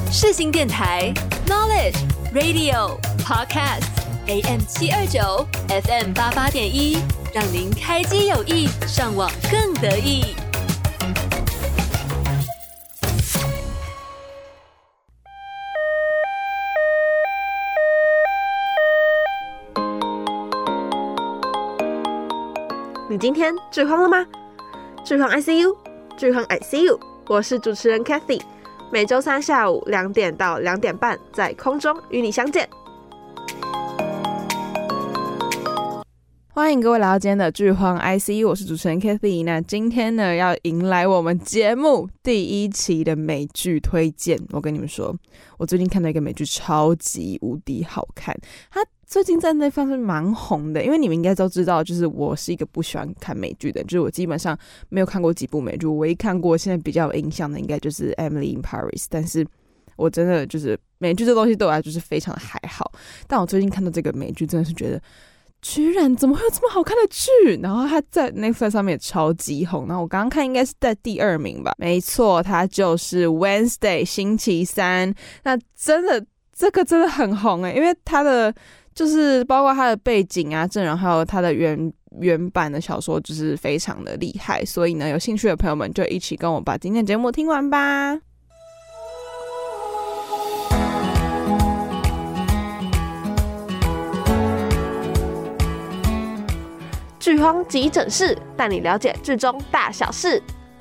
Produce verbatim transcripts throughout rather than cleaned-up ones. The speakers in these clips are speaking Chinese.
世新电台 Knowledge Radio Podcast A M 七二九 F M 八八点一，让您开机有益，上网更得意。 你今天剧荒了吗？剧荒 I C U， 剧荒 I C U， 我是主持人 Kathy， 每周三下午两点到两点半在空中与你相见。 欢迎各位来到今天的剧荒 I C U， 我是主持人 Kathy。那今天呢，要迎来我们节目第一期的美剧推荐。我跟你们说，我最近看到一个美剧超级无敌好看，它最近在那方面蛮红的，因为你们应该都知道，就是我是一个不喜欢看美剧的人，就是我基本上没有看过几部美剧，我唯一看过现在比较有印象的应该就是 Emily in Paris， 但是我真的就是美剧这东西对我来说就是非常的还好，但我最近看到这个美剧真的是觉得居然怎么会有这么好看的剧，然后它在 Netflix 上面也超级红，然后我刚刚看应该是在第二名吧，没错，它就是 Wednesday 星期三。那真的这个真的很红耶，因为它的就是包括它的背景啊、阵容，还有它的原原版的小说，就是非常的厉害。所以呢，有兴趣的朋友们就一起跟我把今天的节目听完吧。 剧荒急诊室，带你了解剧中大小事。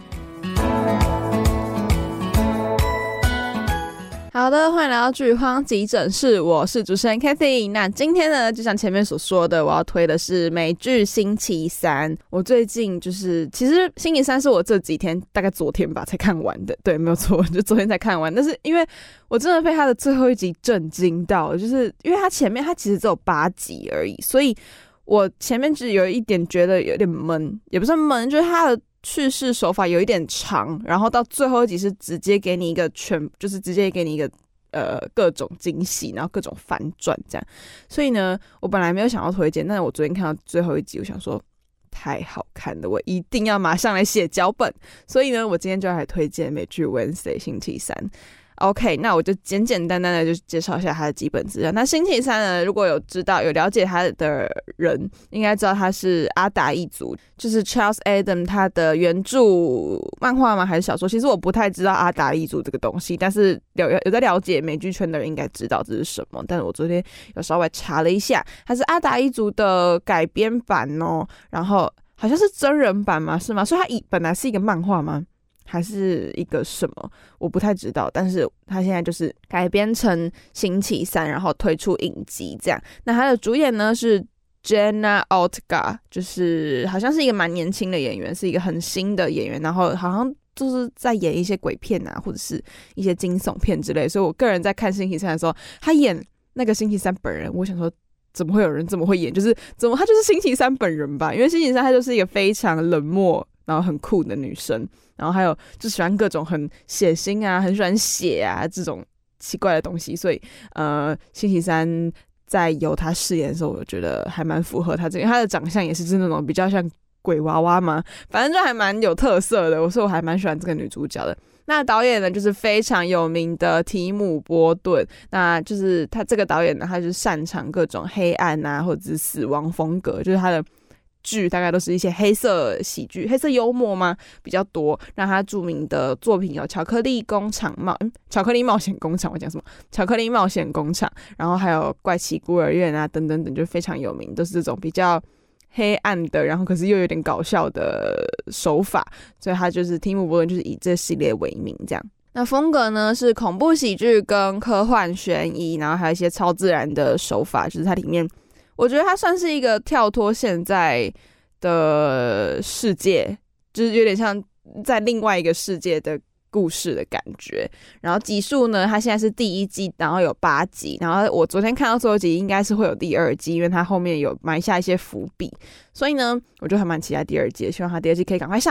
好的，欢迎来到剧荒急诊室，我是主持人 Kathy。 那今天呢，就像前面所说的，我要推的是美剧星期三。我最近就是其实星期三是我这几天大概昨天吧才看完的，对，没有错，就昨天才看完。但是因为我真的被他的最后一集震惊到，就是因为他前面他其实只有八集而已，所以我前面只有一点觉得有点闷，也不是闷，就是他的叙事手法有一点长，然后到最后一集是直接给你一个全，就是直接给你一个呃各种惊喜，然后各种反转这样。所以呢，我本来没有想要推荐，但是我昨天看到最后一集，我想说太好看了，我一定要马上来写脚本。所以呢，我今天就要来推荐美剧 Wednesday 星期三。OK， 那我就简简单单的就介绍一下他的基本资料。那星期三呢，如果有知道有了解他的人，应该知道他是阿达一族，就是 Charles Adam 他的原著漫画吗？还是小说？其实我不太知道阿达一族这个东西，但是有有在了解美剧圈的人应该知道这是什么。但是我昨天有稍微查了一下，它是阿达一族的改编版哦，然后好像是真人版吗？是吗？所以它本来是一个漫画吗？还是一个什么我不太知道，但是他现在就是改编成星期三，然后推出影集这样。那他的主演呢是 Jenna Ortega， 就是好像是一个蛮年轻的演员，是一个很新的演员，然后好像就是在演一些鬼片啊，或者是一些惊悚片之类。所以我个人在看星期三的时候，他演那个星期三本人，我想说怎么会有人这么会演，就是怎么他就是星期三本人吧，因为星期三他就是一个非常冷漠然后很酷的女生，然后还有就喜欢各种很血腥啊，很喜欢血啊这种奇怪的东西，所以呃，星期三在由他饰演的时候，我觉得还蛮符合他这个，他的长相也是那种比较像鬼娃娃嘛，反正就还蛮有特色的，所以我还蛮喜欢这个女主角的。那导演呢，就是非常有名的提姆·波顿，那就是他这个导演呢，他就是擅长各种黑暗啊，或者是死亡风格，就是他的剧大概都是一些黑色喜剧、黑色幽默吗比较多。那他著名的作品有《巧克力工厂冒》嗯，《巧克力冒险工厂》我讲什么？《巧克力冒险工厂》，然后还有《怪奇孤儿院》啊，等等等，就非常有名，都是这种比较黑暗的，然后可是又有点搞笑的手法，所以他就是提姆·波顿，就是以这系列为名这样。那风格呢是恐怖喜剧跟科幻悬疑，然后还有一些超自然的手法，就是它里面。我觉得它算是一个跳脱现在的世界，就是有点像在另外一个世界的故事的感觉。然后集数呢，它现在是第一季，然后有八集，然后我昨天看到最后一集应该是会有第二季，因为它后面有埋下一些伏笔，所以呢，我就还蛮期待第二季，希望它第二季可以赶快上。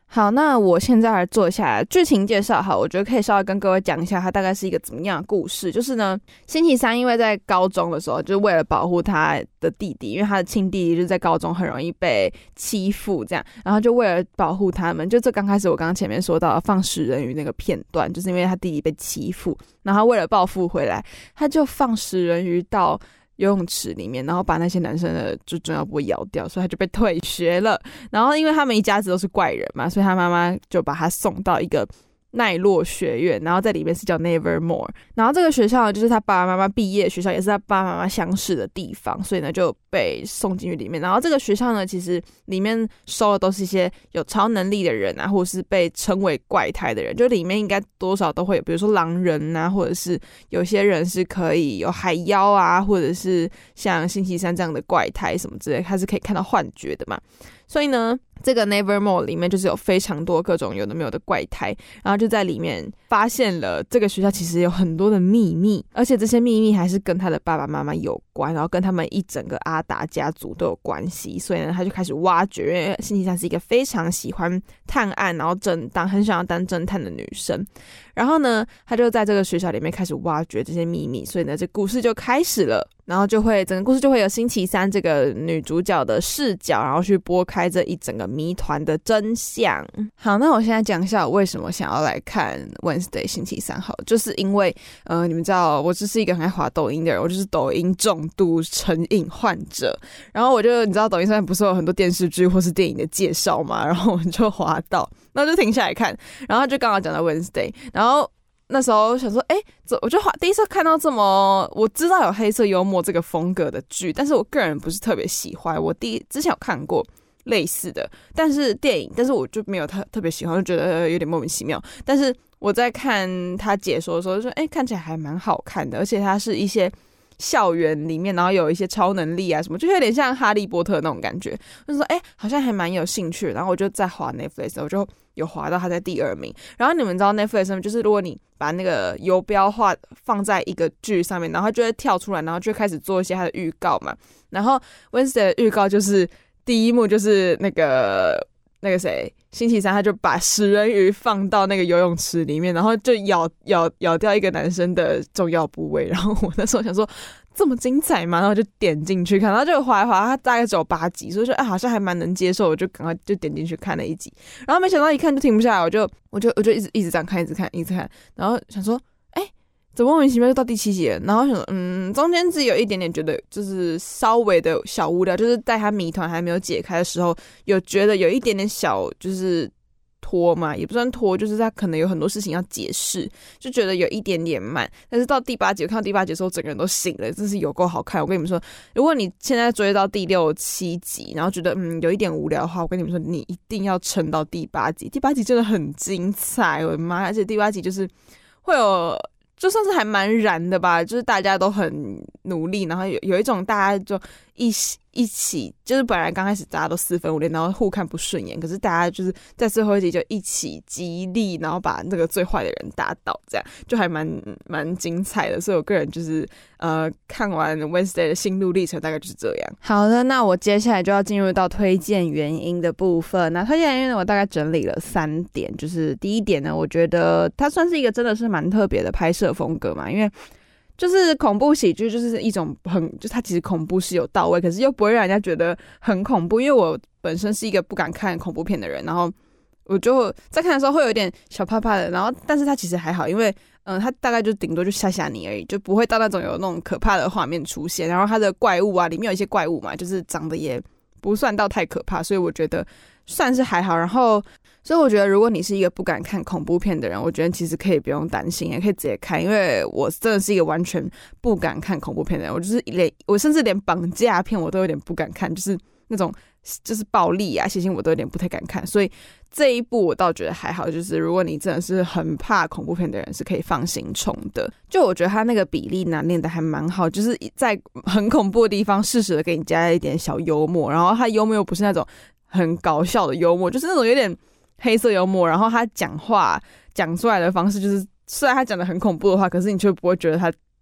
好，那我现在来做一下剧情介绍。好，我觉得可以稍微跟各位讲一下，它大概是一个怎么样的故事。就是呢，星期三因为在高中的时候，就是为了保护他的弟弟，因为他的亲弟弟就是在高中很容易被欺负，这样，然后就为了保护他们，就这刚开始我刚刚前面说到放食人鱼那个片段，就是因为他弟弟被欺负，然后为了报复回来，他就放食人鱼到游泳池里面，然后把那些男生的就重要部位咬掉，所以他就被退学了。然后因为他们一家子都是怪人嘛，所以他妈妈就把他送到一个奈落学院，然后在里面是叫 Nevermore。然后这个学校就是他爸爸妈妈毕业的学校，也是他爸爸妈妈相识的地方，所以呢就被送进去里面。然后这个学校呢，其实里面收的都是一些有超能力的人啊，或者是被称为怪胎的人，就里面应该多少都会有，比如说狼人啊，或者是有些人是可以有海妖啊，或者是像星期三这样的怪胎什么之类，他是可以看到幻觉的嘛。所以呢，这个 Nevermore 里面就是有非常多各种有的没有的怪胎，然后就在里面发现了这个学校其实有很多的秘密，而且这些秘密还是跟他的爸爸妈妈有关，然后跟他们一整个阿达家族都有关系。所以呢，他就开始挖掘，因为星期三是一个非常喜欢探案，然后侦当很想要当侦探的女生。然后呢，他就在这个学校里面开始挖掘这些秘密，所以呢，这故事就开始了。然后就会整个故事就会有星期三这个女主角的视角，然后去拨开这一整个谜团的真相。好，那我现在讲一下我为什么想要来看 Wednesday 星期三。好，就是因为呃，你们知道我就是一个很爱滑抖音的人，我就是抖音重度成瘾患者。然后我就你知道抖音上面不是有很多电视剧或是电影的介绍嘛，然后我就滑到，然后就停下来看，然后就刚好讲到 Wednesday， 然后那时候想说，哎、欸，我就第一次看到这么，我知道有黑色幽默这个风格的剧，但是我个人不是特别喜欢。我第一之前有看过类似的，但是电影，但是我就没有特特别喜欢，就觉得有点莫名其妙。但是我在看他解说的时候，就说，哎、欸，看起来还蛮好看的，而且它是一些校园里面，然后有一些超能力啊什么，就有点像哈利波特那种感觉。我就说，哎、欸，好像还蛮有兴趣。然后我就在滑 Netflix， 我就有滑到他在第二名。然后你们知道 Netflix 上面就是如果你把那个游标画放在一个剧上面，然后它就会跳出来，然后就开始做一些它的预告嘛。然后 Wednesday 的预告就是第一幕就是那个那个谁星期三他就把食人鱼放到那个游泳池里面，然后就咬咬咬掉一个男生的重要部位。然后我那时候想说这么精彩吗？然后就点进去看，然后就滑一滑，它大概只有八集，所以说哎、啊、好像还蛮能接受，我就赶快就点进去看了一集。然后没想到一看就停不下来，我就我就我就一直一直这样看，一直看一直看，然后想说哎、欸、怎么莫名其妙就到第七集了？然后想说嗯中间只有一点点觉得就是稍微的小无聊，就是在他谜团还没有解开的时候，有觉得有一点点小就是拖嘛，也不算拖，就是他可能有很多事情要解释，就觉得有一点点慢。但是到第八集，我看到第八集的时候，整个人都醒了，真是有够好看。我跟你们说，如果你现在追到第六七集，然后觉得嗯有一点无聊的话，我跟你们说，你一定要撑到第八集。第八集真的很精彩，我的妈！而且第八集就是会有。就算是还蛮燃的吧，就是大家都很努力，然后有有一种大家就一起一起，就是本来刚开始大家都四分五裂，然后互看不顺眼，可是大家就是在最后一集就一起激励，然后把那个最坏的人打倒，这样就还蛮蛮精彩的。所以我个人就是呃看完 Wednesday 的心路历程大概就是这样。好的，那我接下来就要进入到推荐原因的部分。那推荐原因呢，我大概整理了三点，就是第一点呢，我觉得它算是一个真的是蛮特别的拍摄风格嘛，因为就是恐怖喜剧就是一种很，就它其实恐怖是有到位，可是又不会让人家觉得很恐怖。因为我本身是一个不敢看恐怖片的人，然后我就在看的时候会有点小怕怕的，然后但是它其实还好，因为嗯，它大概就顶多就吓吓你而已，就不会到那种有那种可怕的画面出现。然后它的怪物啊，里面有一些怪物嘛，就是长得也不算到太可怕，所以我觉得算是还好。然后所以我觉得如果你是一个不敢看恐怖片的人，我觉得其实可以不用担心，也可以直接看。因为我真的是一个完全不敢看恐怖片的人，我就是连我甚至连绑架片我都有点不敢看，就是那种就是暴力啊血腥我都有点不太敢看。所以这一部我倒觉得还好，就是如果你真的是很怕恐怖片的人是可以放心冲的。就我觉得他那个比例拿捏的还蛮好，就是在很恐怖的地方适时的给你加一点小幽默，然后他幽默又不是那种很搞笑的幽默，就是那种有点黑色幽默。然后他讲话讲出来的方式就是虽然他讲的很恐怖的话，可是你却不会觉得他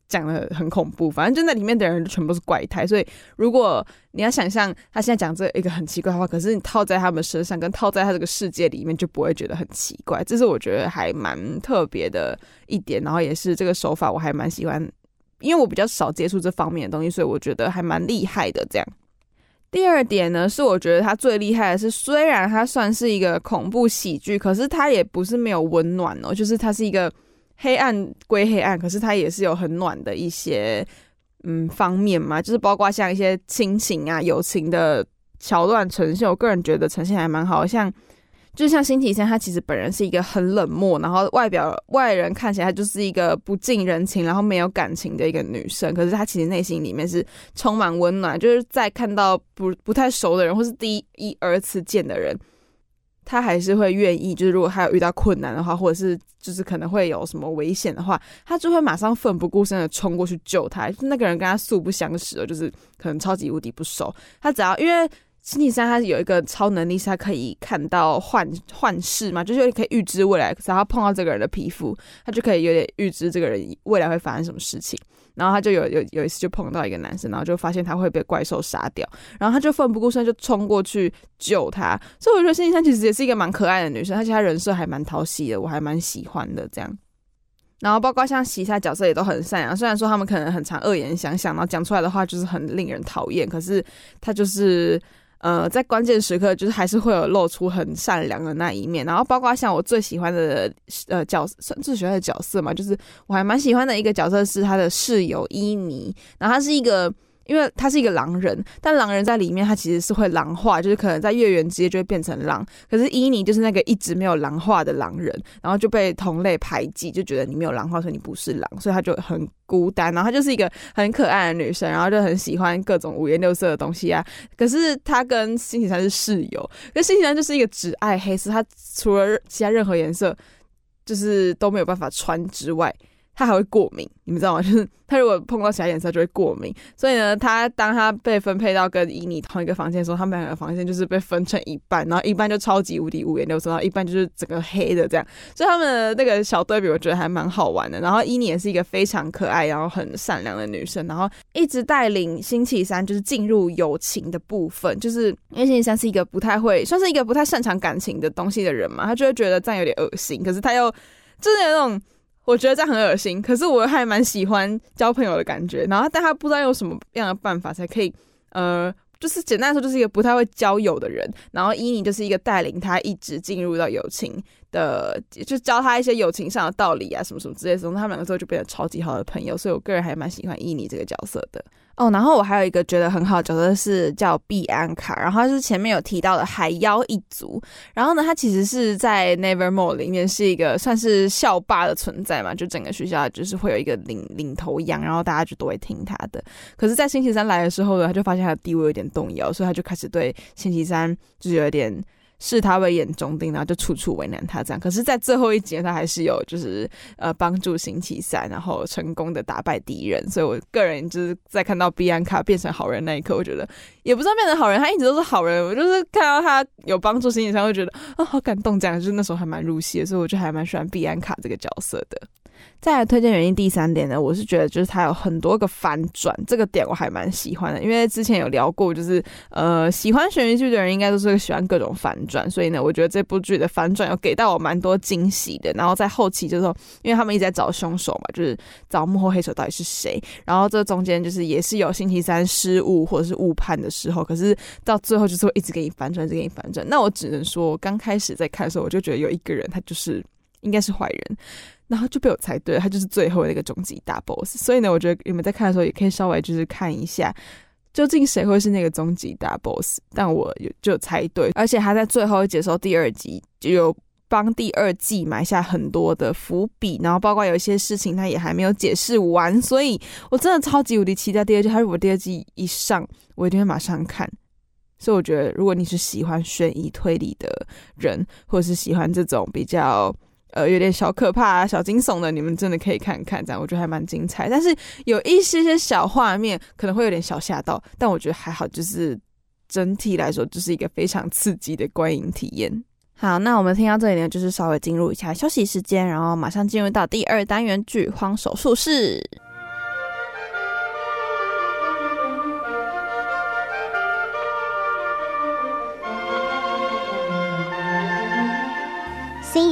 讲的很恐怖，反正就那里面的人全部都是怪胎，所以如果你要想象他现在讲这一个很奇怪的话，可是你套在他们身上跟套在他这个世界里面就不会觉得很奇怪，这是我觉得还蛮特别的一点，然后也是这个手法我还蛮喜欢，因为我比较少接触这方面的东西，所以我觉得还蛮厉害的这样。第二点呢，是我觉得他最厉害的是，虽然他算是一个恐怖喜剧，可是他也不是没有温暖哦，就是他是一个黑暗归黑暗，可是它也是有很暖的一些嗯方面嘛，就是包括像一些亲情啊、友情的桥段呈现，我个人觉得呈现还蛮好，像就像星期三，她其实本人是一个很冷漠，然后外表外人看起来她就是一个不近人情，然后没有感情的一个女生，可是她其实内心里面是充满温暖，就是在看到不不太熟的人或是第一一二次见的人，他还是会愿意，就是如果他有遇到困难的话，或者是就是可能会有什么危险的话，他就会马上奋不顾身的冲过去救他。就是那个人跟他素不相识，就是可能超级无敌不熟，他只要因为星期三他有一个超能力，是他可以看到幻幻视嘛，就是可以预知未来，只要他碰到这个人的皮肤，他就可以有点预知这个人未来会发生什么事情。然后他就有有有一次就碰到一个男生，然后就发现他会被怪兽杀掉，然后他就奋不顾身就冲过去救他。所以我觉得星期三其实也是一个蛮可爱的女生，而且她人设还蛮讨喜的，我还蛮喜欢的这样。然后包括像其他角色也都很善良，虽然说他们可能很常恶言相向，然后讲出来的话就是很令人讨厌，可是他就是呃，在关键时刻就是还是会有露出很善良的那一面。然后包括像我最喜欢的呃角色，最喜欢的角色嘛，就是我还蛮喜欢的一个角色是他的室友伊妮，然后他是一个。因为他是一个狼人，但狼人在里面他其实是会狼化，就是可能在月圆之夜就会变成狼，可是伊妮就是那个一直没有狼化的狼人，然后就被同类排挤，就觉得你没有狼化所以你不是狼，所以他就很孤单，然后她就是一个很可爱的女生，然后就很喜欢各种五颜六色的东西啊，可是她跟星期三是室友，可是星期三就是一个只爱黑色，她除了其他任何颜色就是都没有办法穿之外，他还会过敏，你们知道吗？就是他如果碰到其他颜色就会过敏，所以呢，他当他被分配到跟伊妮同一个房间的时候，他们两个房间就是被分成一半，然后一半就超级无敌五颜六色，然后一半就是整个黑的这样，所以他们的那个小对比我觉得还蛮好玩的。然后伊妮也是一个非常可爱然后很善良的女生，然后一直带领星期三就是进入友情的部分，就是因为星期三是一个不太会算是一个不太擅长感情的东西的人嘛，他就会觉得这样有点恶心，可是他又就是有那种我觉得这样很恶心，可是我还蛮喜欢交朋友的感觉，然后但他不知道用什么样的办法才可以呃就是简单来说就是一个不太会交友的人，然后伊妮就是一个带领他一直进入到友情的，就教他一些友情上的道理啊什么什么之类的，他们两个之后就变得超级好的朋友，所以我个人还蛮喜欢伊妮这个角色的。哦，然后我还有一个觉得很好的角色是叫碧安卡，然后他是前面有提到的海妖一族，然后呢他其实是在 Nevermore 里面是一个算是校霸的存在嘛，就整个学校就是会有一个领领头羊，然后大家就都会听他的，可是在星期三来的时候呢，他就发现他的地位有点动摇，所以他就开始对星期三就是有点视他为眼中钉，然后就处处为难他这样。可是在最后一集他还是有就是呃帮助星期三，然后成功的打败敌人，所以我个人就是在看到碧安卡变成好人那一刻，我觉得也不算变成好人，他一直都是好人，我就是看到他有帮助星期三会觉得啊好感动这样，就是那时候还蛮入戏的，所以我就还蛮喜欢碧安卡这个角色的。再来推荐原因第三点呢，我是觉得就是它有很多个反转，这个点我还蛮喜欢的，因为之前有聊过，就是呃喜欢悬疑剧的人应该都是喜欢各种反转，所以呢，我觉得这部剧的反转有给到我蛮多惊喜的。然后在后期就是说，因为他们一直在找凶手嘛，就是找幕后黑手到底是谁，然后这中间就是也是有星期三失误或者是误判的时候，可是到最后就是会一直给你反转，一直给你反转。那我只能说，刚开始在看的时候，我就觉得有一个人他就是应该是坏人。然后就被我猜对了，他就是最后的那个终极大 boss， 所以呢我觉得你们在看的时候也可以稍微就是看一下究竟谁会是那个终极大 boss， 但我就猜对，而且他在最后一集的时候第二集就有帮第二季埋下很多的伏笔，然后包括有一些事情他也还没有解释完，所以我真的超级无敌期待第二季，他如果第二季一上我一定会马上看。所以我觉得如果你是喜欢悬疑推理的人，或者是喜欢这种比较呃，有点小可怕啊、小惊悚的，你们真的可以看看，这样我觉得还蛮精彩。但是有一些些小画面可能会有点小吓到，但我觉得还好，就是整体来说就是一个非常刺激的观影体验。好，那我们听到这里呢，就是稍微进入一下休息时间，然后马上进入到第二单元剧荒手术室。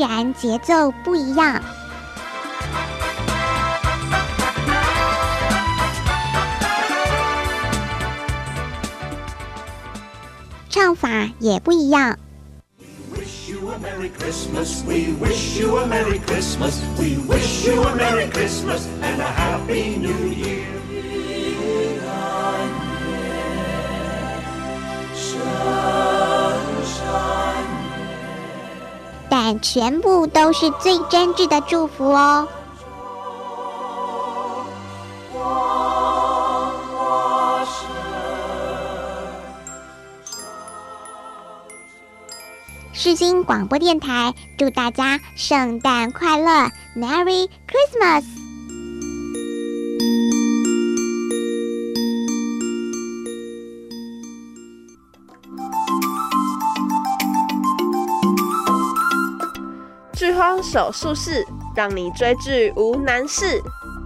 然节奏不一样，唱法也不一样。 Merry Christmas, we wish you a Merry Christmas, we wish you a Merry Christmas and a Happy New Year. 但全部都是最真挚的祝福哦。世新广播电台祝大家圣诞快乐 ，Merry Christmas！ 剧荒手术室，让你追剧无难事。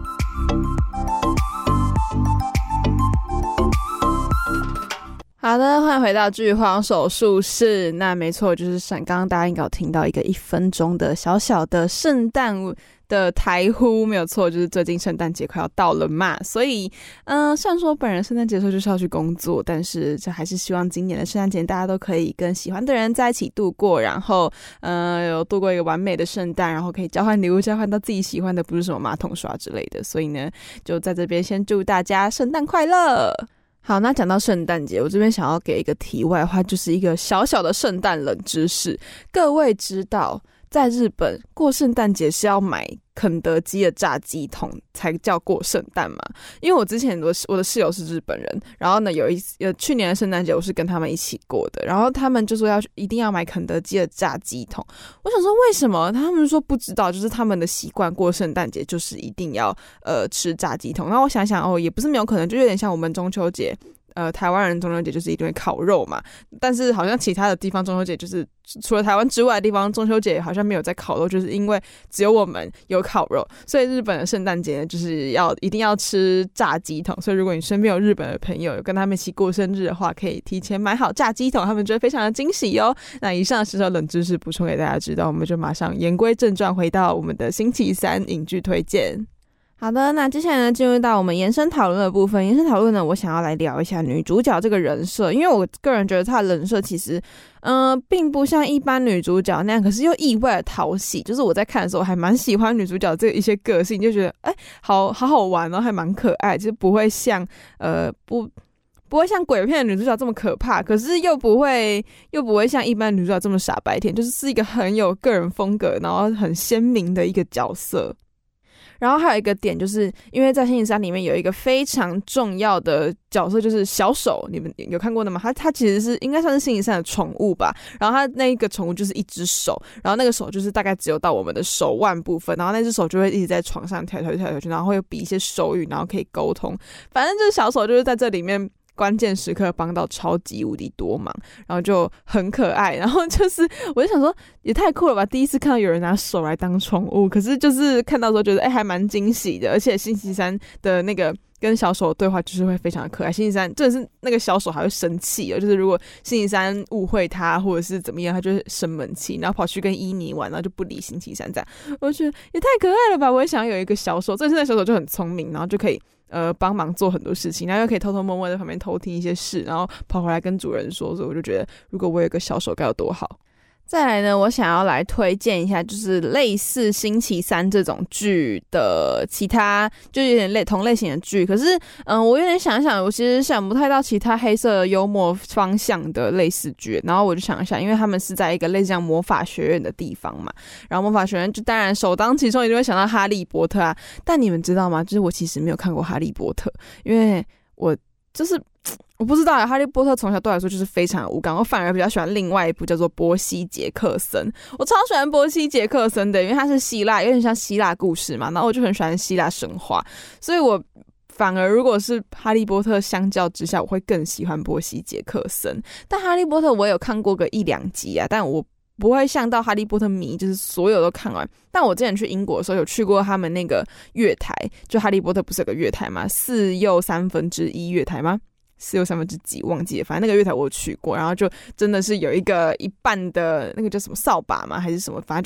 好的，欢迎回到剧荒手术室。那没错，就是刚刚大家应该有听到一个一分钟的小小的圣诞的台呼，没有错，就是最近圣诞节快要到了嘛，所以，嗯、呃，虽然说本人圣诞节的时候就是要去工作，但是这还是希望今年的圣诞节大家都可以跟喜欢的人在一起度过，然后，呃，有度过一个完美的圣诞，然后可以交换礼物，交换到自己喜欢的，不是什么马桶刷之类的。所以呢，就在这边先祝大家圣诞快乐。好，那讲到圣诞节，我这边想要给一个题外话，就是一个小小的圣诞冷知识。各位知道，在日本过圣诞节是要买肯德基的炸鸡桶才叫过圣诞嘛？因为我之前我我的室友是日本人，然后呢有一呃去年的圣诞节我是跟他们一起过的，然后他们就说要一定要买肯德基的炸鸡桶。我想说为什么？他们说不知道，就是他们的习惯过圣诞节就是一定要呃吃炸鸡桶。然后我想想哦，也不是没有可能，就有点像我们中秋节。呃，台湾人中秋节就是一定会烤肉嘛，但是好像其他的地方中秋节就是除了台湾之外的地方中秋节好像没有在烤肉，就是因为只有我们有烤肉，所以日本的圣诞节就是要一定要吃炸鸡桶。所以如果你身边有日本的朋友，有跟他们一起过生日的话，可以提前买好炸鸡桶，他们觉得非常的惊喜哦。那以上是冷知识补充给大家知道，我们就马上言归正传，回到我们的星期三影剧推荐。好的，那接下来呢，进入到我们延伸讨论的部分。延伸讨论呢，我想要来聊一下女主角这个人设，因为我个人觉得她的人设其实，嗯、呃，并不像一般女主角那样，可是又意外的讨喜。就是我在看的时候，还蛮喜欢女主角这一些个性，就觉得哎，好好好玩哦，还蛮可爱，就是不会像呃不。不会像鬼片的女主角这么可怕，可是又不会又不会像一般女主角这么傻白甜，就是是一个很有个人风格，然后很鲜明的一个角色。然后还有一个点，就是因为在星期三里面有一个非常重要的角色，就是小手，你们有看过的吗？他他其实是应该算是星期三的宠物吧。然后他那一个宠物就是一只手，然后那个手就是大概只有到我们的手腕部分，然后那只手就会一直在床上跳跳跳跳去，然后会比一些手语，然后可以沟通。反正就是小手就是在这里面。关键时刻帮到超级无敌多忙，然后就很可爱，然后就是我就想说也太酷了吧，第一次看到有人拿手来当宠物，可是就是看到的时候觉得哎、欸、还蛮惊喜的，而且星期三的那个跟小手的对话就是会非常的可爱，星期三真的是那个小手还会生气哦，就是如果星期三误会他或者是怎么样，他就会生闷气，然后跑去跟伊妮玩，然后就不理星期三这样，我觉得也太可爱了吧，我也想要有一个小手，这次那小手就很聪明，然后就可以呃，帮忙做很多事情，然后又可以偷偷摸摸在旁边偷听一些事，然后跑回来跟主人说，所以我就觉得，如果我有一个小手该有多好。再来呢，我想要来推荐一下，就是类似星期三这种剧的其他，就有点类同类型的剧。可是，嗯，我有点想想，我其实想不太到其他黑色幽默方向的类似剧。然后我就想一想，因为他们是在一个类似像魔法学院的地方嘛，然后魔法学院就当然首当其冲一定会想到哈利波特啊。但你们知道吗？就是我其实没有看过哈利波特，因为我就是。我不知道哈利波特从小对我来说就是非常无感，我反而比较喜欢另外一部叫做波西杰克森，我超喜欢波西杰克森的，因为它是希腊，有点像希腊故事嘛，然后我就很喜欢希腊神话，所以我反而如果是哈利波特相较之下，我会更喜欢波西杰克森。但哈利波特我有看过个一两集啊，但我不会像到哈利波特迷，就是所有都看完。但我之前去英国的时候有去过他们那个月台，就哈利波特不是有个月台吗？四又三分之一月台吗？四又三分之几忘记了，反正那个月台我有去过，然后就真的是有一个一半的那个叫什么扫把吗还是什么，反正就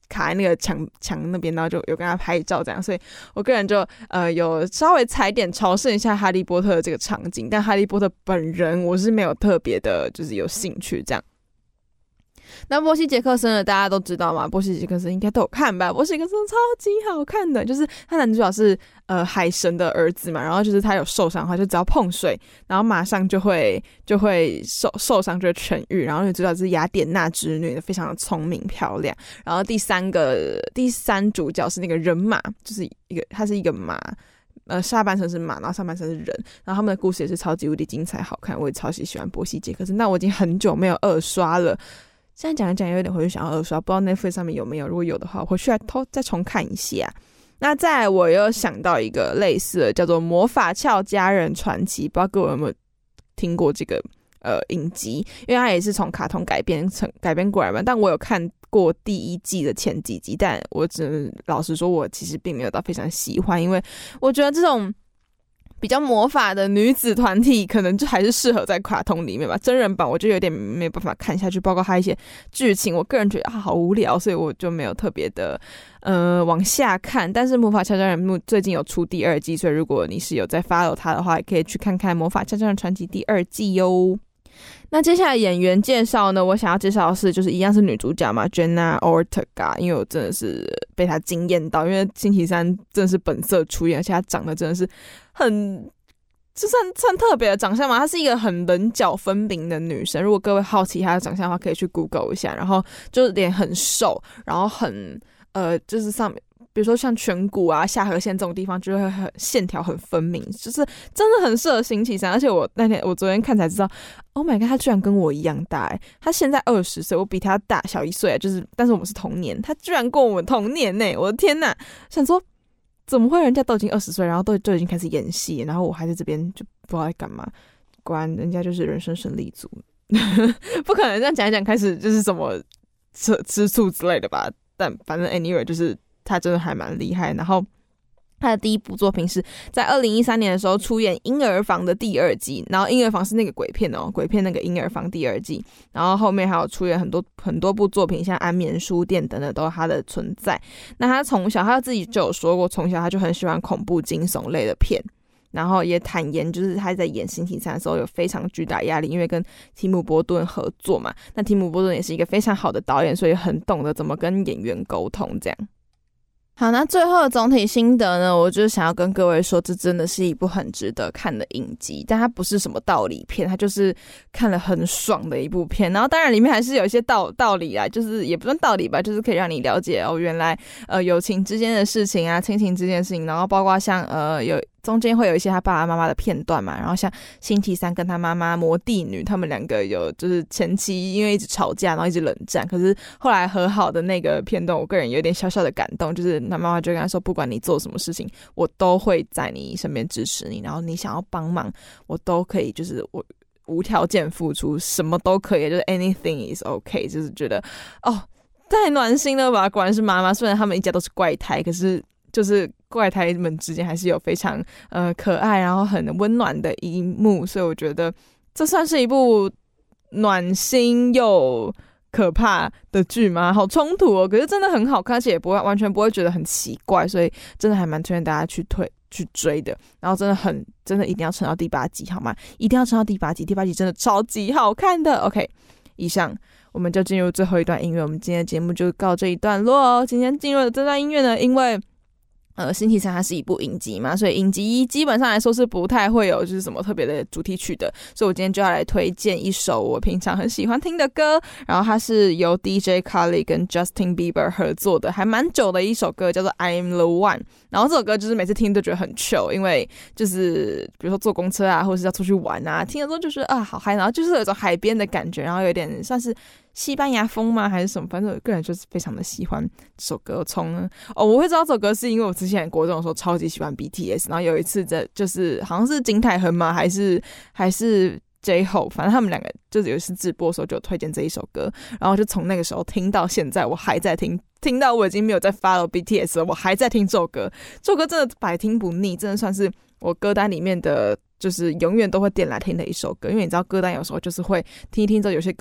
卡在那个墙墙那边，然后就有跟他拍照这样，所以我个人就呃有稍微踩点朝圣一下哈利波特的这个场景，但哈利波特本人我是没有特别的，就是有兴趣这样。那波西·杰克森呢？大家都知道嘛，波西·杰克森应该都有看吧？波西·杰克森超级好看的，就是他男主角是呃海神的儿子嘛，然后就是他有受伤的话，就只要碰水，然后马上就会就会受受伤就会痊愈。然后女主角是雅典娜之女，非常的聪明漂亮。然后第三个第三主角是那个人马，就是一个他是一个马。呃，下半身是马，然后上半身是人，然后他们的故事也是超级无敌精彩好看，我也超级喜欢波西·杰克森。但我已经很久没有二刷了。现在讲一讲有点回去想要二刷，不知道 Netflix 上面有没有，如果有的话我回去来偷再重看一下。那再来我又想到一个类似的叫做魔法俏佳人传奇，不知道各位有没有听过这个呃影集，因为它也是从卡通改编成改编过来嘛，但我有看过第一季的前几集，但我只能老实说我其实并没有到非常喜欢，因为我觉得这种比较魔法的女子团体可能就还是适合在卡通里面吧，真人版我就有点没有办法看下去，包括它一些剧情我个人觉得、啊、好无聊，所以我就没有特别的呃往下看。但是魔法俏佳人最近有出第二季，所以如果你是有在 follow 它的话，也可以去看看魔法俏佳人传奇第二季哟。那接下来演员介绍呢，我想要介绍的是就是一样是女主角嘛 Jenna Ortega， 因为我真的是被她惊艳到，因为星期三真的是本色出演，而且她长得真的是很就算算特别的长相嘛，她是一个很棱角分明的女生，如果各位好奇她的长相的话可以去 Google 一下，然后就是脸很瘦，然后很呃就是上面比如说像颧骨啊、下颌线这种地方，就会很线条很分明，就是真的很适合星期三。而且我那天我昨天看才知道 ，Oh my god， 他居然跟我一样大哎、欸！他现在二十岁，我比他大小一岁啊，就是但是我们是同年，他居然跟我们同年呢、欸！我的天哪，想说怎么会人家都已经二十岁，然后都都已经开始演戏，然后我还在这边就不知道在干嘛。果然人家就是人生胜利组，不可能这样讲一讲开始就是什么吃吃醋之类的吧？但反正 anyway 就是。他真的还蛮厉害，然后他的第一部作品是在二零一三年的时候出演《婴儿房》的第二季，然后《婴儿房》是那个鬼片哦，鬼片那个《婴儿房》第二季，然后后面还有出演很多很多部作品，像《安眠书店》等等都有他的存在。那他从小他自己就有说过，从小他就很喜欢恐怖惊悚类的片。然后也坦言，就是他在演星期三的时候有非常巨大压力，因为跟提姆波顿合作嘛。那提姆波顿也是一个非常好的导演，所以很懂得怎么跟演员沟通这样。好，那最后的总体心得呢，我就想要跟各位说，这真的是一部很值得看的影集，但它不是什么道理片，它就是看了很爽的一部片。然后当然里面还是有一些道道理啦，就是也不算道理吧，就是可以让你了解哦，原来呃友情之间的事情啊，亲情之间的事情，然后包括像呃有中间会有一些他爸爸妈妈的片段嘛，然后像星期三跟他妈妈魔帝女，他们两个有就是前期因为一直吵架，然后一直冷战，可是后来和好的那个片段，我个人有点小小的感动，就是他妈妈就跟他说，不管你做什么事情，我都会在你身边支持你，然后你想要帮忙，我都可以，就是我无条件付出，什么都可以，就是 anything is okay， 就是觉得哦太暖心了吧，果然是妈妈，虽然他们一家都是怪胎，可是就是怪胎们之间还是有非常呃可爱然后很温暖的一幕，所以我觉得这算是一部暖心又可怕的剧吗？好冲突哦，可是真的很好看，而且也不会完全不会觉得很奇怪，所以真的还蛮推荐大家去推去追的。然后真的很真的一定要撑到第八集好吗？一定要撑到第八集，第八集真的超级好看的。OK， 以上我们就进入最后一段音乐，我们今天的节目就告这一段落哦。今天进入的这段音乐呢，因为呃，星期三它是一部影集嘛，所以影集基本上来说是不太会有就是什么特别的主题曲的，所以我今天就要来推荐一首我平常很喜欢听的歌，然后它是由 D J Khaled 跟 Justin Bieber 合作的，还蛮久的一首歌，叫做 I'm the One。然后这首歌就是每次听都觉得很 chill， 因为就是比如说坐公车啊，或者是要出去玩啊，听的时候就是啊好嗨，然后就是有一种海边的感觉，然后有点算是西班牙风吗还是什么，反正我个人就是非常的喜欢这首歌。从呢哦我会知道这首歌是因为我之前国中的时候超级喜欢 B T S， 然后有一次在就是好像是金泰亨吗还是还是 J-Hope， 反正他们两个就是有一次直播的时候就推荐这一首歌，然后就从那个时候听到现在，我还在听，听到我已经没有在 follow B T S 了，我还在听这首歌。这首歌真的百听不腻，真的算是我歌单里面的就是永远都会点来听的一首歌。因为你知道歌单有时候就是会听一听之后有些歌就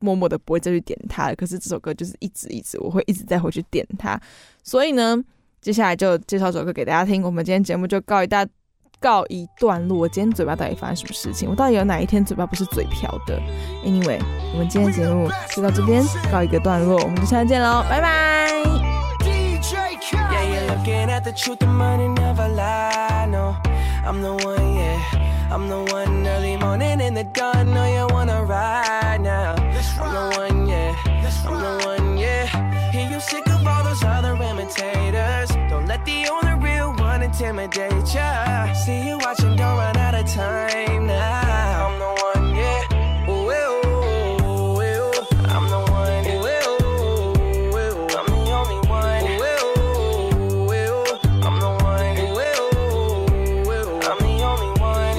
默默的不会再去点它了。可是这首歌就是一直一直我会一直再回去点它，所以呢接下来就介绍这首歌给大家听。我们今天节目就告一大告一段落。我今天嘴巴到底发生什么事情？我到底有哪一天嘴巴不是嘴瓢的 ？Anyway， 我们今天节目就到这边告一个段落，我们就下次见喽，拜拜。 Yeah, you're looking at the truth, the money never lie, no. I'm the one, yeah. I'm the one early morning in the dawn. Know you wanna ride now. I'm the one, yeah. I'm the one, yeah. Hear you sick of all those other imitators. Don't let the only real one intimidate ya. See you watching, don't run out of time now. I'm the one, yeah. Ooh, ooh, ooh, ooh. I'm the one, ooh, ooh, ooh, ooh. I'm the only one. Ooh, ooh, ooh, ooh. I'm the one. Ooh, ooh, ooh. I'm the only one.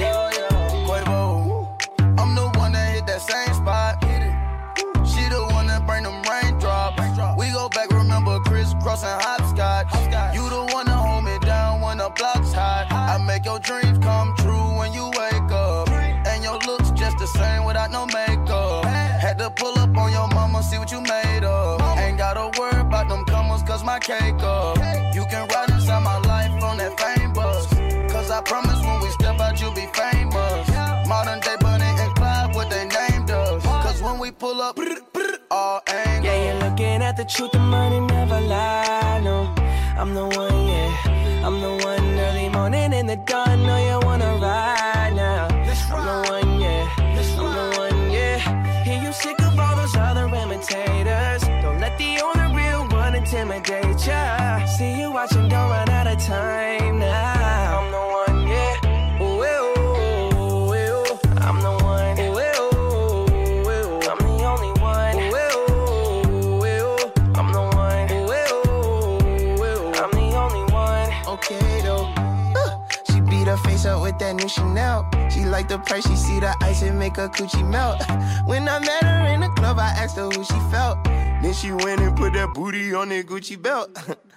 Quavo, I'm the one that hit that same spot. She the one that bring them raindrops. We go back, remember crisscross and hopscotch. You the one that hold me down when the block's hot. I make your dreams come true when you wake up. And your looks just the same without no makeup. Had to pull up on your mama, see what you made of. Ain't gotta worry about them comers, cause my cake up. You can ride inside my life on that fame bus. Cause I promise when we step out, you'll be famous. Modern day Bonnie and Clyde, what they named us. Cause when we pull up, all angles. Yeah, you're looking at the truth, the money never lie, no. I'm the one, yeah. I'm the one early morning in the dawn. Know you wanna ride now. I'm the one, yeah. I'm the one, yeah. Hear you sick of all those other imitators. Don't let the only real one intimidate ya. See you watching, don't run out of time now. I'm the one, yeah. Ooh, ooh, ooh, ooh. I'm the one. Ooh, ooh, ooh, ooh. I'm the only one. Ooh, ooh, ooh. I'm the one. Ooh, ooh, ooh. I'm the only one. Okay though, uh, she beat her face up with that new Chanel. She like the price, she see the ice and make her coochie melt. When I met her in the club, I asked her who she felt. Then she went and put that booty on that Gucci belt.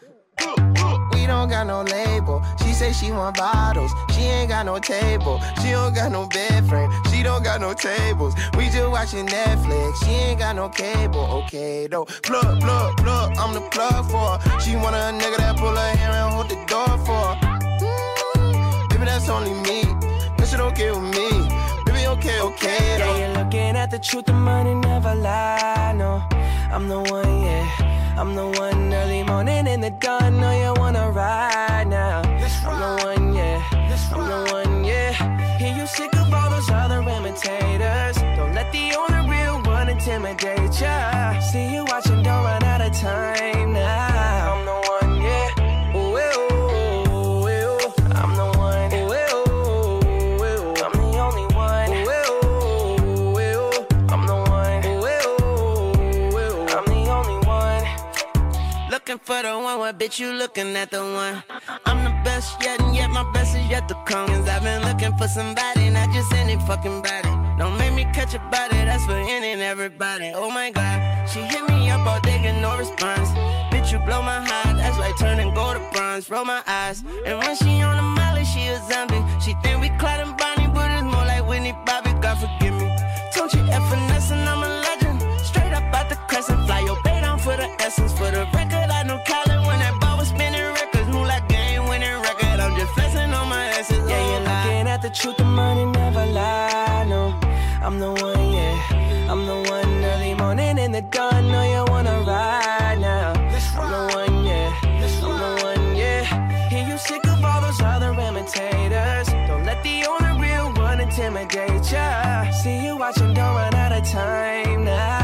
We don't got no label. She say she want bottles. She ain't got no table. She don't got no bed frame. She don't got no tables. We just watching Netflix. She ain't got no cable. Okay though. Plug, plug, plug. I'm the plug for her. She want a nigga that pull her hair and hold the door for her. Mm, baby, that's only me. That shit okay with me. Baby, okay, okay though. Yeah, you're looking at the truth, the money never lie, no. I'm the one, yeah. I'm the one early morning in the dawn. Know you wanna ride now. I'm the one, yeah. I'm the one, yeah. Hear you sick of all those other imitators. Don't let the only real one intimidate ya. See you watching, don't run out of time now. I'm the one, yeah. Ooh, ooh, ooh, ooh. I'm the one. Ooh, ooh, ooh. I'm the only one. Ooh, ooh, ooh. I'm the one. Ooh, ooh, ooh. I'm the only one. Looking for the one, what bitch you looking at the one? I'm the best yet, and yet my best is yet to come. Cause I've been looking for somebody, not just any fucking body. Don't make me catch a body, that's for any and everybody. Oh my god, she hit me up all day, get no response. Bitch, you blow my heart, that's like turning gold to bronze. Roll my eyes, and when she on the molly, she a zombie. She think we Clyde and Bonnie, but it's more like Whitney Bobby, God forgive me. Don't you F finesse and I'm a legend. Straight up out the crescent, fly your bait on for the essence. For the record, I know Colin when that ball was spinning records. Move like game winning record, I'm just flexing on my essence. Yeah, you're looking at the truth, the money never lie, no. I'm the one, yeah. I'm the one early morning in the dawn. Know you wanna ride now. I'm the one, yeah. I'm the one, yeah. Hear you sick of all those other imitators. Don't let the only real one intimidate ya. See you watching, don't run out of time now.